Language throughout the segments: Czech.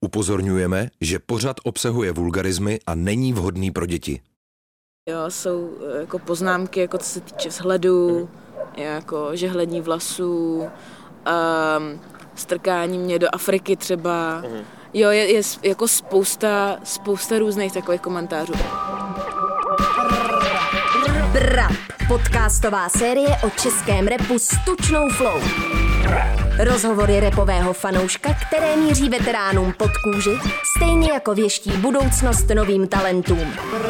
Upozorňujeme, že pořad obsahuje vulgarismy a není vhodný pro děti. Jo, jsou jako poznámky, jako co se týče vzhledu, jako žehlení vlasů, strkání mě do Afriky třeba. Jo, je jako spousta různých takových komentářů. Brap, podcastová série o českém rapu s tučnou flow. Rozhovory rapového fanouška, které míří veteránům pod kůži, stejně jako věští budoucnost novým talentům.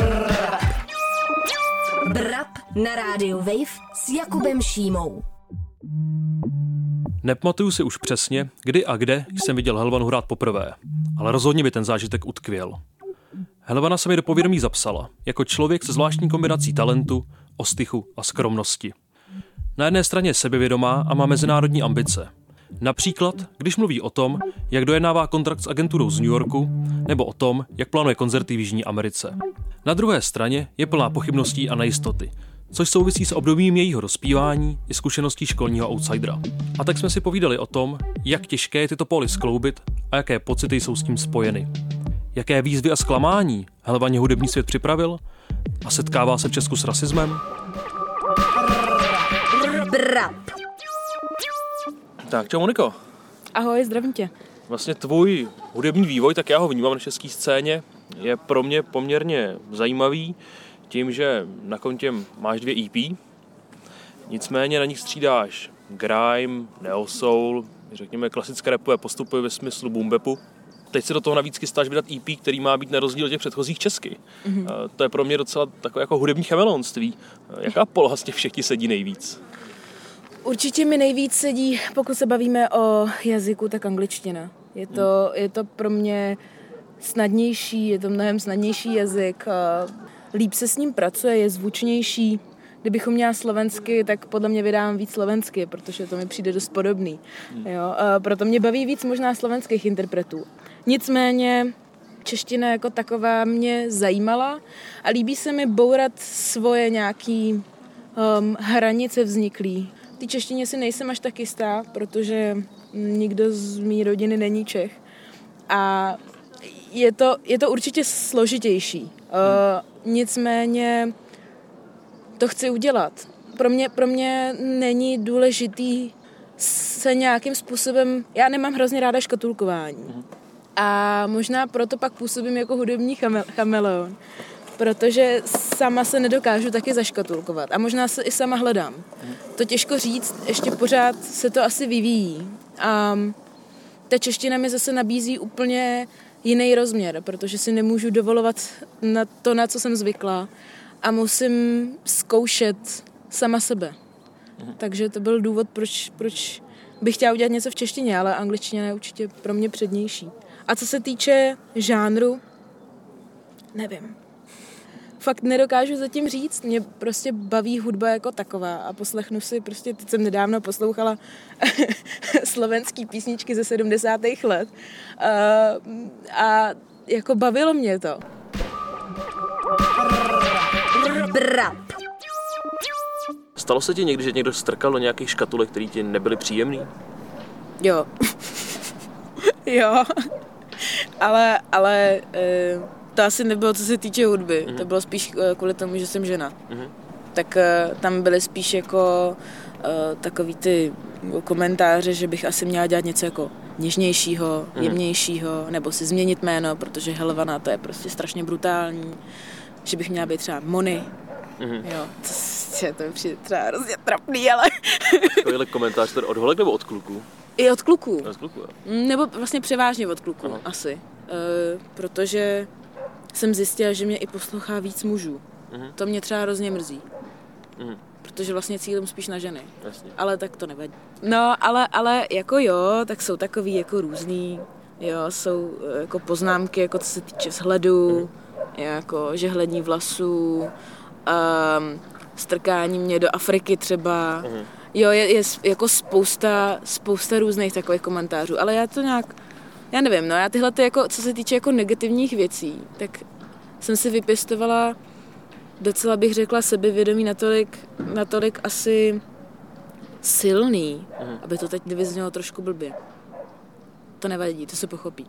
Brap na rádiu Wave s Jakubem Šímou. Nepamatuju si už přesně, kdy a kde jsem viděl Helvanu hrát poprvé, ale rozhodně by ten zážitek utkvěl. Helvana se mi do povědomí zapsala, jako člověk se zvláštní kombinací talentu, ostychu a skromnosti. Na jedné straně je sebevědomá a má mezinárodní ambice. Například, když mluví o tom, jak dojednává kontrakt s agenturou z New Yorku, nebo o tom, jak plánuje koncerty v Jižní Americe. Na druhé straně je plná pochybností a nejistoty, což souvisí s obdobím jejího dospívání i zkušeností školního outsidera. A tak jsme si povídali o tom, jak těžké je tyto póly skloubit a jaké pocity jsou s tím spojeny. Jaké výzvy a zklamání Helvaně hudební svět připravil a setkává se v Česku s rasismem? Brap. Tak, čau Moniko. Ahoj, zdravím tě. Vlastně tvůj hudební vývoj, tak já ho vnímám na české scéně, je pro mě poměrně zajímavý tím, že na kontě máš 2 EP, nicméně na nich střídáš grime, neo-soul, řekněme klasické rapové postupy ve smyslu boom bapu. Teď se do toho navíc chystáš vydat EP, který má být na rozdíl těch předchozích česky. To je pro mě docela takové jako hudební chameleonství. Jaká poloha z těch všech ti sedí nejvíc? Určitě mi nejvíc sedí, pokud se bavíme o jazyku, tak angličtina. Je to pro mě snadnější, je to mnohem snadnější jazyk, líp se s ním pracuje, je zvučnější. Kdybychom měla slovensky, tak podle mě vydávám víc slovensky, protože to mi přijde dost podobný. Jo? Proto mě baví víc možná slovenských interpretů. Nicméně čeština jako taková mě zajímala a líbí se mi bourat svoje nějaký hranice vzniklý. V té češtině si nejsem až tak jistá, protože nikdo z mý rodiny není Čech. A je to určitě složitější. Nicméně to chci udělat. Pro mě není důležitý se nějakým způsobem... Já nemám hrozně ráda škatulkování. A možná proto pak působím jako hudební chameleon. Protože sama se nedokážu taky zaškatulkovat. A možná se i sama hledám. To těžko říct, ještě pořád se to asi vyvíjí. A ta čeština mi zase nabízí úplně jiný rozměr, protože si nemůžu dovolovat na to, na co jsem zvyklá. A musím zkoušet sama sebe. Takže to byl důvod, proč bych chtěla udělat něco v češtině, ale angličtina je určitě pro mě přednější. A co se týče žánru, nevím. Fakt nedokážu zatím říct, mě prostě baví hudba jako taková a poslechnu si, prostě teď jsem nedávno poslouchala slovenský písničky ze 70. let a jako bavilo mě to. Brap. Stalo se ti někdy, že někdo strkal do nějakých škatulek, které ti nebyly příjemný? Jo. Jo. Ale to asi nebylo, co se týče hudby. To bylo spíš kvůli tomu, že jsem žena. Tak tam byly spíš jako takový ty komentáře, že bych asi měla dělat něco jako něžnějšího, jemnějšího, nebo si změnit jméno, protože Helvana to je prostě strašně brutální. Že bych měla být třeba Moni. Jo, to mi přijde třeba hrozně trapný, ale... Takovýhle komentář od holek nebo od kluků? I od kluků. Od kluků, jo. Nebo vlastně převážně od kluků, asi. Protože jsem zjistila, že mě i poslouchá víc mužů. To mě třeba hrozně mrzí. Protože vlastně cílím spíš na ženy. Jasně. Ale tak to nevadí. No, ale jako jo, tak jsou takový jako různý. Jo, jsou jako poznámky, jako co se týče vzhledu, jako žehlení vlasů, strkání mě do Afriky třeba. Jo, je jako spousta různých takových komentářů, ale já to nějak, já nevím, no já tyhle ty jako, co se týče jako negativních věcí, tak jsem si vypěstovala docela, bych řekla, sebevědomí natolik asi silný, aby to teď nevyznělo trošku blbě. to nevadí, to se pochopí.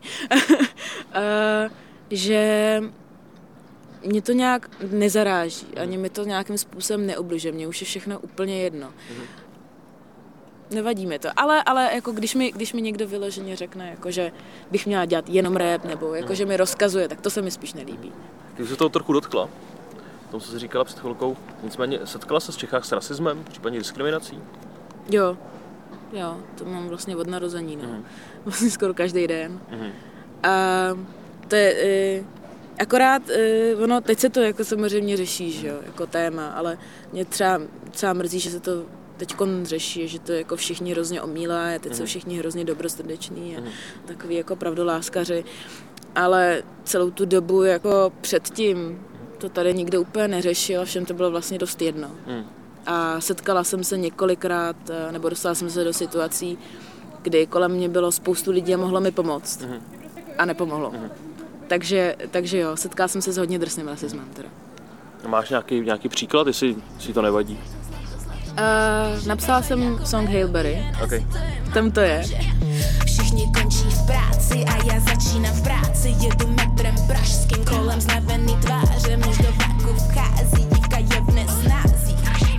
Že mě to nějak nezaráží, ani mi to nějakým způsobem neubližuje, mně už je všechno úplně jedno. Nevadí mi to, ale jako když mi někdo vyloženě řekne, jako, že bych měla dělat jenom rap, nebo jako, že mi rozkazuje, tak to se mi spíš nelíbí. Ty se toho trochu dotkla, tomu co jsi říkala před chvilkou, nicméně setkala se v Čechách s rasismem, případně diskriminací? Jo, to mám vlastně od narození, no. Vlastně skoro každý den. A to je, akorát, ono, teď se to jako samozřejmě řeší, že jo, jako téma, ale mě třeba mrzí, že se to teďkon řeší, že to jako všichni hrozně omílá a teď jsou všichni hrozně dobrosrdeční a takový jako pravdoláskaři, ale celou tu dobu jako předtím to tady nikdo úplně neřešil a všem to bylo vlastně dost jedno. A setkala jsem se několikrát, nebo dostala jsem se do situací, kdy kolem mě bylo spoustu lidí a mohlo mi pomoct. A nepomohlo. Takže jo, setkala jsem se s hodně drsným rasismem teda. Máš nějaký příklad, jestli si to nevadí? Napsala jsem song Hail Berry. Okay. Tam to je. Všichni končí v práci a já začínám v práci. Jedu metrem pražským kolem znavený tváře. Muž do vlaku vchází, dívka je v nesnází.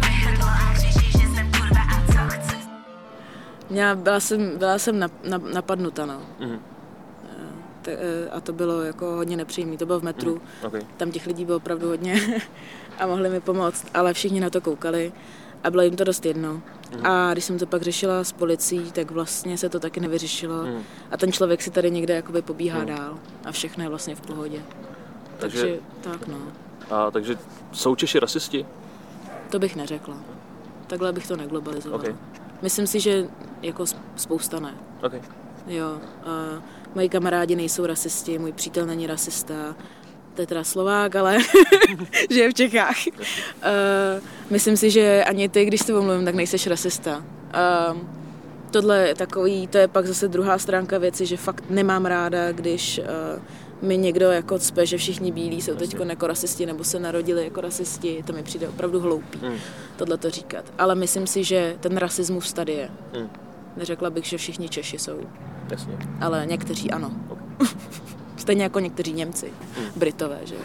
Byla jsem napadnuta, no. A to bylo jako hodně nepříjemné. To bylo v metru, Tam těch lidí bylo opravdu hodně a mohli mi pomoct, ale všichni na to koukali a bylo jim to dost jedno. A když jsem to pak řešila s policií, tak vlastně se to taky nevyřešilo a ten člověk si tady někde jakoby pobíhá dál a všechno je vlastně v pohodě. Takže tak no. A takže jsou Češi rasisti? To bych neřekla. Takhle bych to neglobalizovala. Myslím si, že jako spousta ne. Jo, moji kamarádi nejsou rasisti, můj přítel není rasista, to je teda Slovák, ale žije v Čechách. Myslím si, že ani ty, když s tebou mluvím, tak nejseš rasista. Tohle je takový, to je pak zase druhá stránka věci, že fakt nemám ráda, když mi někdo jako cpe, že všichni bílí jsou teď jako rasisti nebo se narodili jako rasisti, to mi přijde opravdu hloupý tohle to říkat. Ale myslím si, že ten rasismus tady je. Neřekla bych, že všichni Češi jsou. Jasně. Ale někteří ano. Stejně jako někteří Němci. Britové, že jo.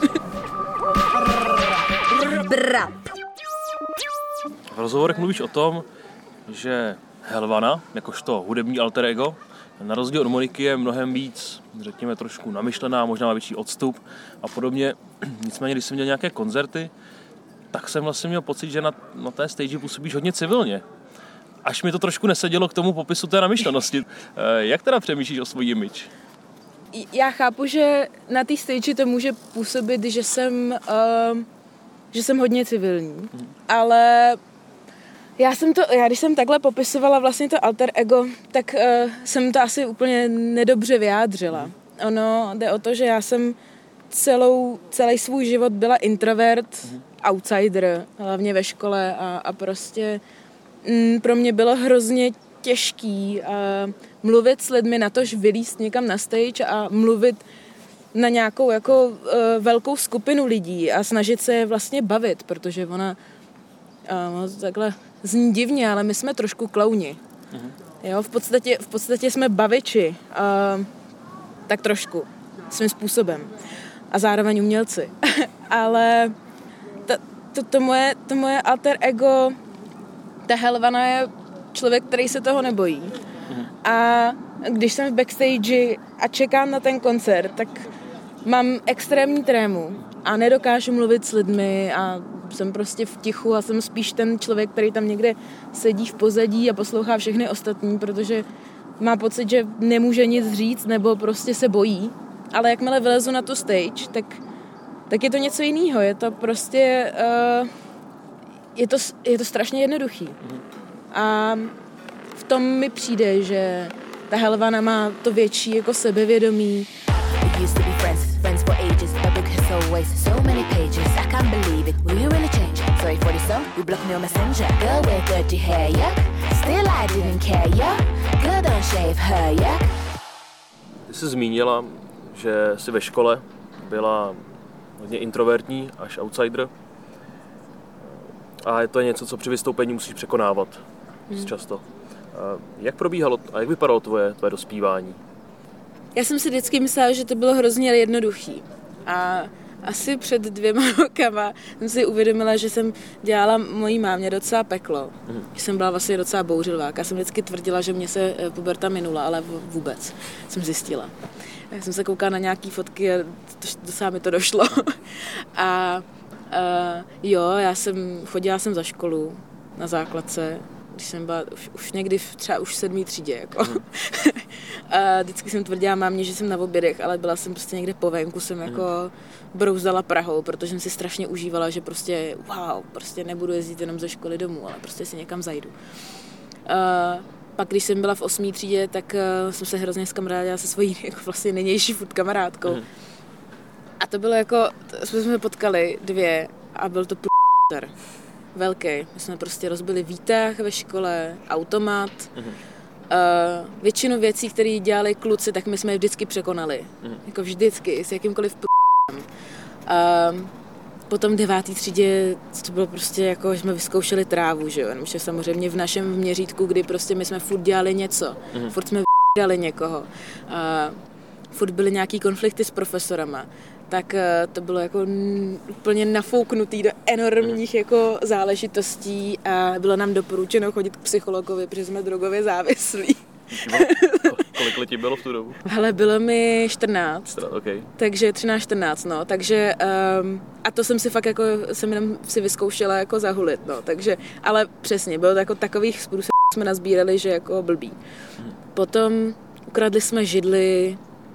V rozhovorech mluvíš o tom, že Helvana, jakožto hudební alter ego, na rozdíl od Moniky je mnohem víc, řekněme, trošku namyšlená, možná má větší odstup a podobně. Nicméně, když jsem měl nějaké koncerty, tak jsem vlastně měl pocit, že na té stage působíš hodně civilně. Až mi to trošku nesedělo k tomu popisu té namyšlenosti. Jak teda přemýšlíš o svůj image? Já chápu, že na té stage to může působit, že jsem hodně civilní, ale já když jsem takhle popisovala vlastně to alter ego, tak jsem to asi úplně nedobře vyjádřila. Ono jde o to, že já jsem celý svůj život byla introvert, outsider, hlavně ve škole a prostě pro mě bylo hrozně těžký mluvit s lidmi, natož vylízt někam na stage a mluvit na nějakou jako velkou skupinu lidí a snažit se je vlastně bavit, protože ona takhle zní divně, ale my jsme trošku klauni. Jo, v podstatě jsme baviči, tak trošku, svým způsobem. A zároveň umělci. Ale to moje alter ego, ta Helvana je člověk, který se toho nebojí. A když jsem v backstage a čekám na ten koncert, tak mám extrémní trému a nedokážu mluvit s lidmi a jsem prostě v tichu a jsem spíš ten člověk, který tam někde sedí v pozadí a poslouchá všechny ostatní, protože má pocit, že nemůže nic říct nebo prostě se bojí. Ale jakmile vylezu na tu stage, tak je to něco jiného. Je to prostě je to strašně jednoduchý. A v tom mi přijde, že ta Helvana má to větší jako sebevědomí. Ty jsi zmínila, že jsi ve škole byla hodně introvertní až outsider. A je to něco, co při vystoupení musíš překonávat často. Jak probíhalo a jak vypadalo tvoje dospívání? Já jsem si vždycky myslela, že to bylo hrozně jednoduchý. A asi před 2 rokama jsem si uvědomila, že jsem dělala mojí mámě docela peklo. Že jsem byla vlastně docela bouřlivá. Já jsem vždycky tvrdila, že mě se puberta minula, ale vůbec jsem zjistila. Já jsem se koukala na nějaký fotky a docela mi to došlo. Jo, chodila jsem za školu na základce, když jsem byla už někdy třeba už v 7. třídě. Jako. A vždycky jsem tvrdila mámě, že jsem na obědech, ale byla jsem prostě někde po venku, jsem jako brouzdala Prahou, protože jsem si strašně užívala, že prostě prostě nebudu jezdit jenom ze školy domů, ale prostě si někam zajdu. Pak když jsem byla v 8. třídě, tak jsem se hrozně zkamarádila se svojí jako vlastně nejnější furt kamarádkou. A to bylo jako, jsme se potkali 2 a byl to p***er. Velký. My jsme prostě rozbili výtah ve škole, automat. Většinu věcí, které dělali kluci, tak my jsme je vždycky překonali. Jako vždycky, s jakýmkoliv p***em. Potom v 9. třídě to bylo prostě jako, že jsme vyzkoušeli trávu, že jo, jenomže samozřejmě v našem měřítku, kdy prostě my jsme furt dělali něco, furt jsme dělali někoho, furt byly nějaký konflikty s profesorama, tak to bylo jako úplně nafouknutý do enormních jako záležitostí a bylo nám doporučeno chodit k psychologovi, protože jsme drogově závislí. Kolik let ti bylo v tu dobu? Hele, bylo mi 14, okay. Takže 13-14, no, takže a to jsem si fakt jako, jsem jenom si vyzkoušela jako zahulit, no, takže, ale přesně, bylo to jako takových způsobů jsme nazbírali, že jako blbý. Potom ukradli jsme židli,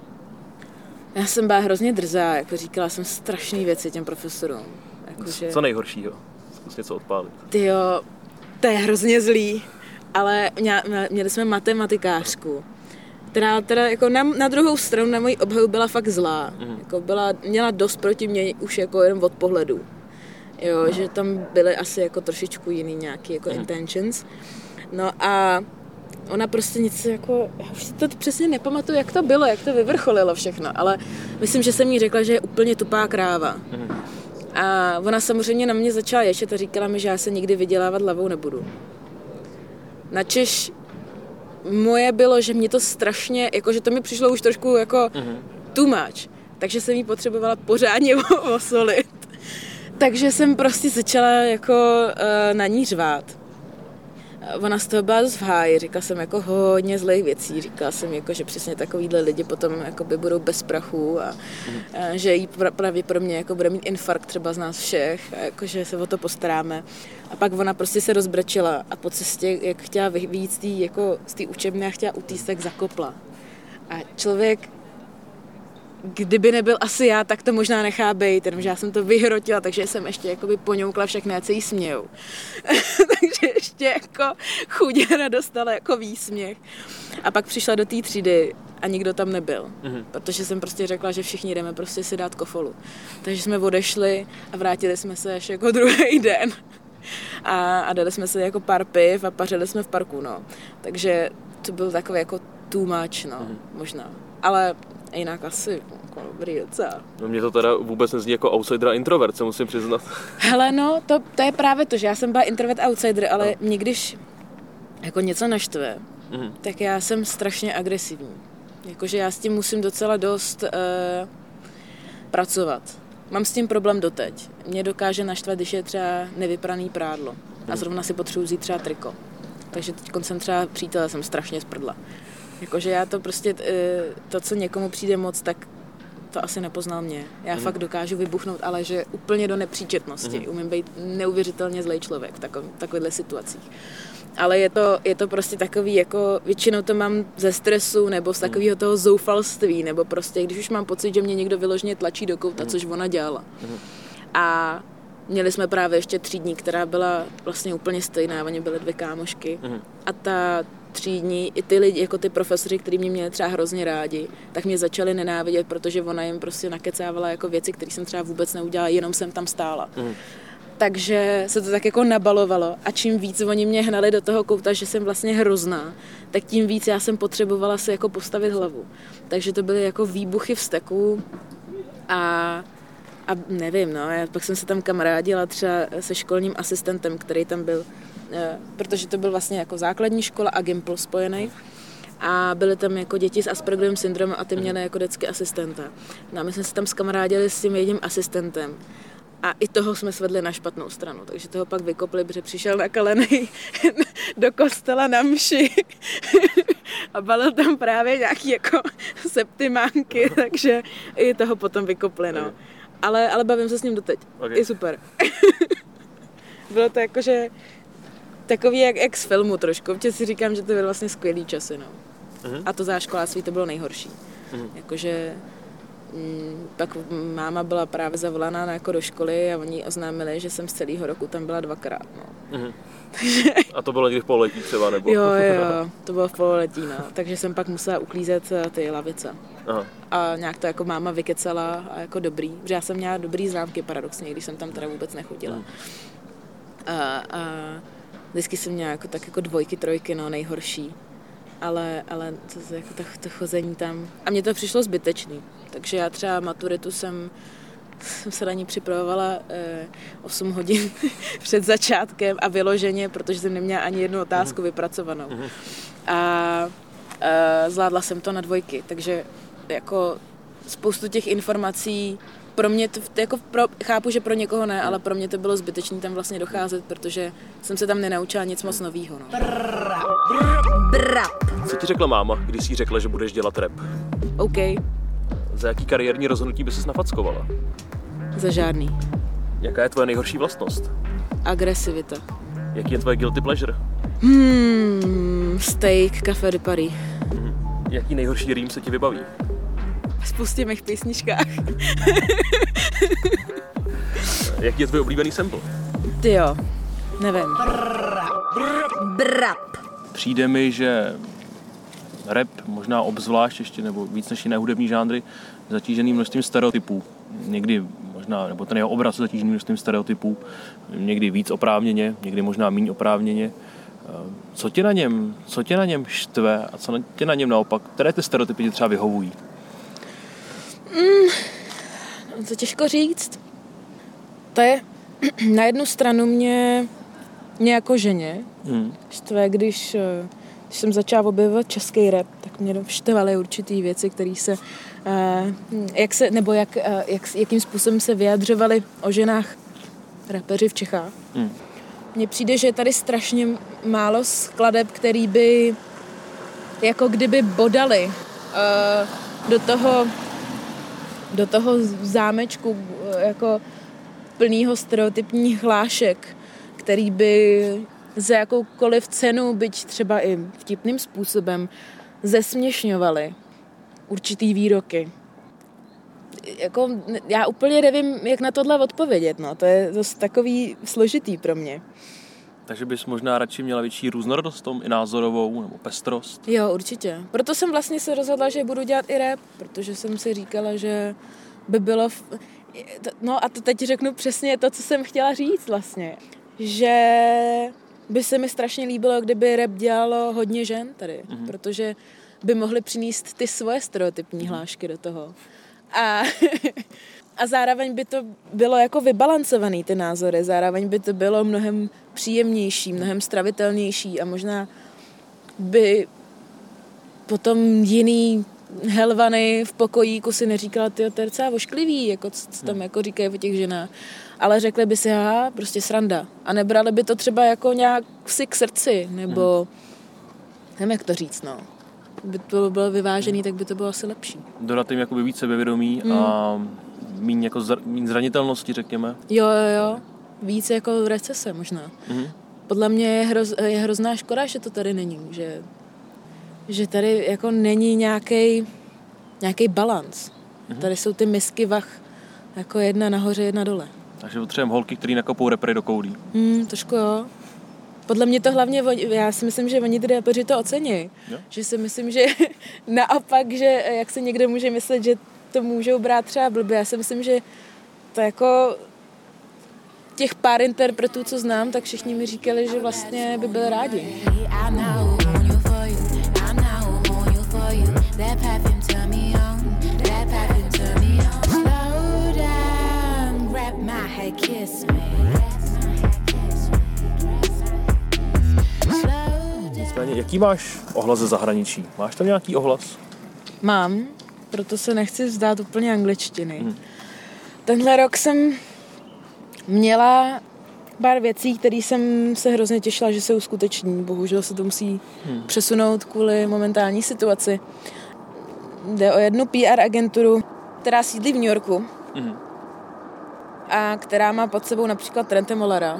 já jsem byla hrozně drzá, jako říkala jsem strašný věci těm profesorům. Jakože, co nejhoršího? Zkus něco odpálit. Tyjo, to je hrozně zlý, ale měli jsme matematikářku, která teda jako na druhou stranu na moji obhajobu byla fakt zlá. Jako měla dost proti mě už jako jenom od pohledu. Jo, že tam byly asi jako trošičku jiný nějaký jako intentions. No a ona prostě nic jako, já už si to přesně nepamatuju, jak to bylo, jak to vyvrcholilo všechno, ale myslím, že jsem jí řekla, že je úplně tupá kráva. A ona samozřejmě na mě začala ječet a říkala mi, že já se nikdy vydělávat hlavou nebudu. Načež moje bylo, že mě to strašně, jako že to mi přišlo už trošku jako too much, takže jsem jí potřebovala pořádně osolit. Takže jsem prostě začala jako na ní řvát. Ona z toho byla dost v háji, říkala jsem jako hodně zlých věcí, říkala jsem jako, že přesně takovýhle lidi potom jakoby budou bez prachu a že jí pravděpodobně jako bude mít infarkt třeba z nás všech a jako, že se o to postaráme. A pak ona prostě se rozbrečela a po cestě, jak chtěla vyjít z té učebny a chtěla utíct, tak zakopla. A člověk, kdyby nebyl asi já, tak to možná nechá bejt, jenomže já jsem to vyhrotila, takže jsem ještě jakoby poňoukla všechny, ať se jí smějou. Takže ještě jako chuděra dostala jako výsměch. A pak přišla do té třídy a nikdo tam nebyl, protože jsem prostě řekla, že všichni jdeme prostě si dát kofolu. Takže jsme odešli a vrátili jsme se až jako druhý den. A dali jsme se jako pár piv a pařili jsme v parku, no. Takže to byl takový jako too much, no, možná. Ale jinak asi jako dobrý docela. No mě to teda vůbec nezní jako outsider a introvert, se musím přiznat. Hele no, to je právě to, že já jsem byla introvert a outsider, ale mě když jako něco naštve, tak já jsem strašně agresivní. Jakože já s tím musím docela dost pracovat. Mám s tím problém doteď. Mě dokáže naštvat, když je třeba nevypraný prádlo. A zrovna si potřebuji vzít třeba triko. Takže teď jsem třeba přítele, jsem strašně sprdla. Jakože já to prostě, to, co někomu přijde moc, tak to asi nepoznal mě. Já fakt dokážu vybuchnout, ale že úplně do nepříčetnosti. Umím být neuvěřitelně zlej člověk v takovýchhle situacích. Ale je to prostě takový, jako většinou to mám ze stresu nebo z takového toho zoufalství, nebo prostě, když už mám pocit, že mě někdo vyloženě tlačí do kouta, což ona dělala. A měli jsme právě ještě třídní, která byla vlastně úplně stejná, oni byly 2 kámošky. A ta třídní, i ty lidi, jako ty profesoři, kteří mě měli třeba hrozně rádi, tak mě začali nenávidět, protože ona jim prostě nakecávala jako věci, které jsem třeba vůbec neudělala, jenom jsem tam stála. Takže se to tak jako nabalovalo a čím víc oni mě hnali do toho kouta, že jsem vlastně hrozná, tak tím víc já jsem potřebovala si jako postavit hlavu. Takže to byly jako výbuchy vzteků a nevím, no, já pak jsem se tam kamarádila třeba se školním asistentem, který tam byl protože to byl vlastně jako základní škola a Gimpl spojený. A byly tam jako děti s Aspergerovým syndromem a ty měly jako dětský asistenta. No a my jsme se tam skamarádili s tím jedním asistentem. A i toho jsme svedli na špatnou stranu, takže toho pak vykopli, protože přišel nakalený do kostela na mši a balil tam právě nějaký jako septimánky, takže i toho potom vykopli, no. Ale bavím se s ním doteď. Okay. Je super. Bylo to jakože takový jak z filmu trošku. Občas si říkám, že to byly vlastně skvělý časy, no. A to záškoláctví to bylo nejhorší. Jakože pak máma byla právě zavolaná jako do školy a oni oznámili, že jsem z celého roku tam byla 2krát, no. A to bylo někdy v pololetí třeba, nebo? Jo, to bylo v pololetí, no. Takže jsem pak musela uklízet ty lavice. Aha. A nějak to jako máma vykecala a jako dobrý. Protože já jsem měla dobrý známky paradoxně, když jsem tam teda vůbec nechodila. A vždycky jsem měla jako, tak jako 2, 3, no, nejhorší. Ale to, jako to chození tam. A mně to přišlo zbytečný. Takže já třeba maturitu jsem se na ní připravovala 8 hodin před začátkem a vyloženě, protože jsem neměla ani jednu otázku vypracovanou. A zvládla jsem to na 2, takže jako spoustu těch informací pro mě to jako chápu, že pro někoho ne, ale pro mě to bylo zbytečné tam vlastně docházet, protože jsem se tam nenaučila nic moc novýho. No. Co ti řekla máma, když jsi řekla, že budeš dělat rap? OK. Za jaký kariérní rozhodnutí by ses nafackovala? Za žádný. Jaká je tvoje nejhorší vlastnost? Agresivita. Jaký je tvoje guilty pleasure? Steak, Café de Paris. Jaký nejhorší rým se ti vybaví? Spustě mých písničkách. Jaký je tvůj oblíbený sample? Tyjo, nevím. Brap. Přijde mi, že rap, možná obzvlášť ještě, nebo víc než jiné hudební žánry, zatížený množstvím stereotypů. Někdy možná, nebo ten jeho obraz zatížený množstvím stereotypů, někdy víc oprávněně, někdy možná méně oprávněně. Co tě na něm štve a co tě na něm naopak? Které ty stereotypy tě třeba vyhovují? To těžko říct. To je na jednu stranu mě jako ženě štve, když jsem začala objevovat český rap, tak mě štvaly určitý věci, které se, jakým způsobem se vyjadřovaly o ženách rapeři v Čechách. Mně přijde, že je tady strašně málo skladeb, který by jako kdyby bodali do toho zámečku jako plnýho stereotypních hlášek, který by za jakoukoliv cenu, byť třeba i vtipným způsobem, zesměšňovali určitý výroky. Jako, já úplně nevím, jak na tohle odpovědět, no. To je dost takový složitý pro mě. Takže bys možná radši měla větší různorodost tom i názorovou nebo pestrost? Jo, určitě. Proto jsem vlastně se rozhodla, že budu dělat i rap, protože jsem si říkala, že by bylo... No a to teď řeknu přesně to, co jsem chtěla říct vlastně. Že by se mi strašně líbilo, kdyby rap dělalo hodně žen tady, protože by mohly přinést ty svoje stereotypní hlášky do toho. A zároveň by to bylo jako vybalancovaný ty názory, zároveň by to bylo mnohem příjemnější, mnohem stravitelnější a možná by potom jiný helvany v pokojíku si neříkala, tyjo, to je docela vošklivý, jako co tam jako říkají o těch ženách. Ale řekli by si, aha, prostě sranda. A nebrali by to třeba jako nějak si k srdci, nebo nevím, jak to říct, no. By to bylo vyvážený, tak by to bylo asi lepší. Dodat jim jakoby víc sebevědomí a míň jako míň zranitelnosti, řekněme. Jo. Víc jako recese možná. Podle mě je hrozná škoda, že to tady není, že tady jako není nějaký balans. Tady jsou ty misky vah jako jedna nahoře, jedna dole. Takže potřebujeme holky, který nakopou rapery do koulí. Trošku jo. Podle mě to hlavně, já si myslím, že oni ty rapeři to ocení. Že si myslím, že naopak, že jak se někdo může myslet, že to můžou brát třeba blbě. Já si myslím, že to jako těch pár interpretů, co znám, tak všichni mi říkali, že vlastně by byli rádi. Jaký máš ohlas ze zahraničí? Máš tam nějaký ohlas? Mám, proto se nechci vzdát úplně angličtiny. Tenhle rok jsem měla pár věcí, které jsem se hrozně těšila, že se uskuteční. Bohužel se to musí přesunout kvůli momentální situaci. Jde o jednu PR agenturu, která sídlí v New Yorku a která má pod sebou například Trenta Mollera.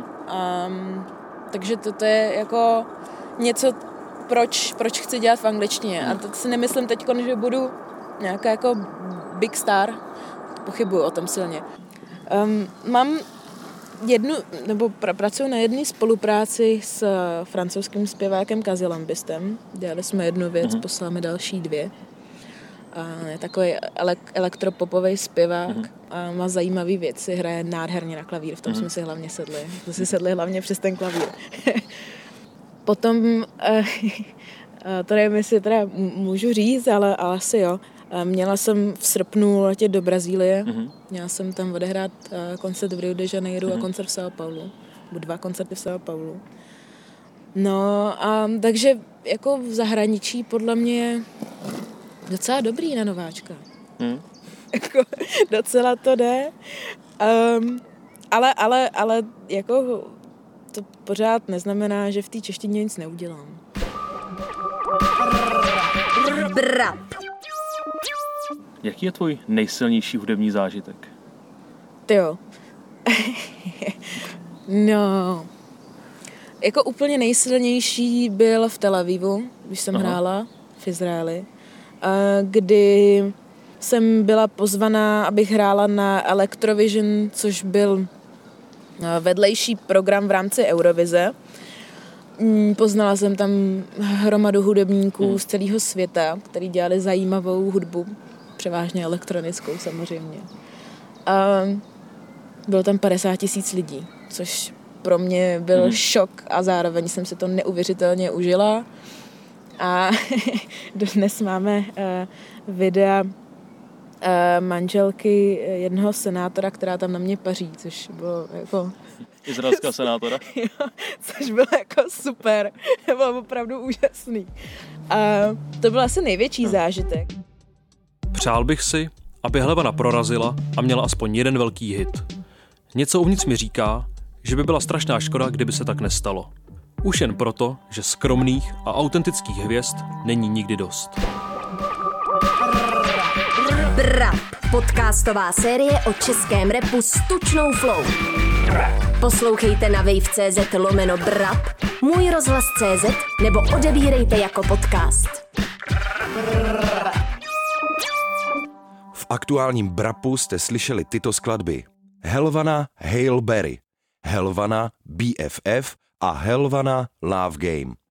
Takže to je jako něco, proč chci dělat v angličtině. A to si nemyslím teď, že budu nějaká jako big star. Pochybuju o tom silně. Mám pracuji na jedné spolupráci s francouzským zpěvákem Kazy Lambistem. Dělali jsme jednu věc, posláme další 2. Je takový elektropopový zpěvák a má zajímavý věci, hraje nádherně na klavír, v tom jsme si hlavně sedli. To si sedli hlavně přes ten klavír. Potom, to nevím, jestli teda můžu říct, ale asi jo. Měla jsem v srpnu letět do Brazílie. Měla jsem tam odehrát koncert v Rio de Janeiro a koncert v São Paulo. 2 koncerty v São Paulo. No a takže jako v zahraničí podle mě je docela dobrý na nováčka. Jako docela to jde. Ale jako to pořád neznamená, že v té češtině nic neudělám. Brap. Jaký je tvůj nejsilnější hudební zážitek? Tyjo. No. Jako úplně nejsilnější byl v Tel Avivu, když jsem hrála v Izraeli, kdy jsem byla pozvaná, abych hrála na Electrovision, což byl vedlejší program v rámci Eurovize. Poznala jsem tam hromadu hudebníků z celého světa, kteří dělali zajímavou hudbu, převážně elektronickou samozřejmě. A bylo tam 50 000 lidí, což pro mě byl šok a zároveň jsem si to neuvěřitelně užila. A dnes máme videa manželky jednoho senátora, která tam na mě paří, což bylo jako... Izraelského senátora? Jo, což bylo jako super. To bylo opravdu úžasný. A to byl asi největší zážitek. Přál bych si, aby Helvana prorazila a měla aspoň jeden velký hit. Něco uvnitř mi říká, že by byla strašná škoda, kdyby se tak nestalo. Už jen proto, že skromných a autentických hvězd není nikdy dost. Brap. Podcastová série o českém rapu s tučnou flow. Poslouchejte na wave.cz/brap, Můj rozhlas.cz nebo odebírejte jako podcast. V aktuálním Brapu jste slyšeli tyto skladby. Helvana Hail Berry, Helvana BFF a Helvana Love Game.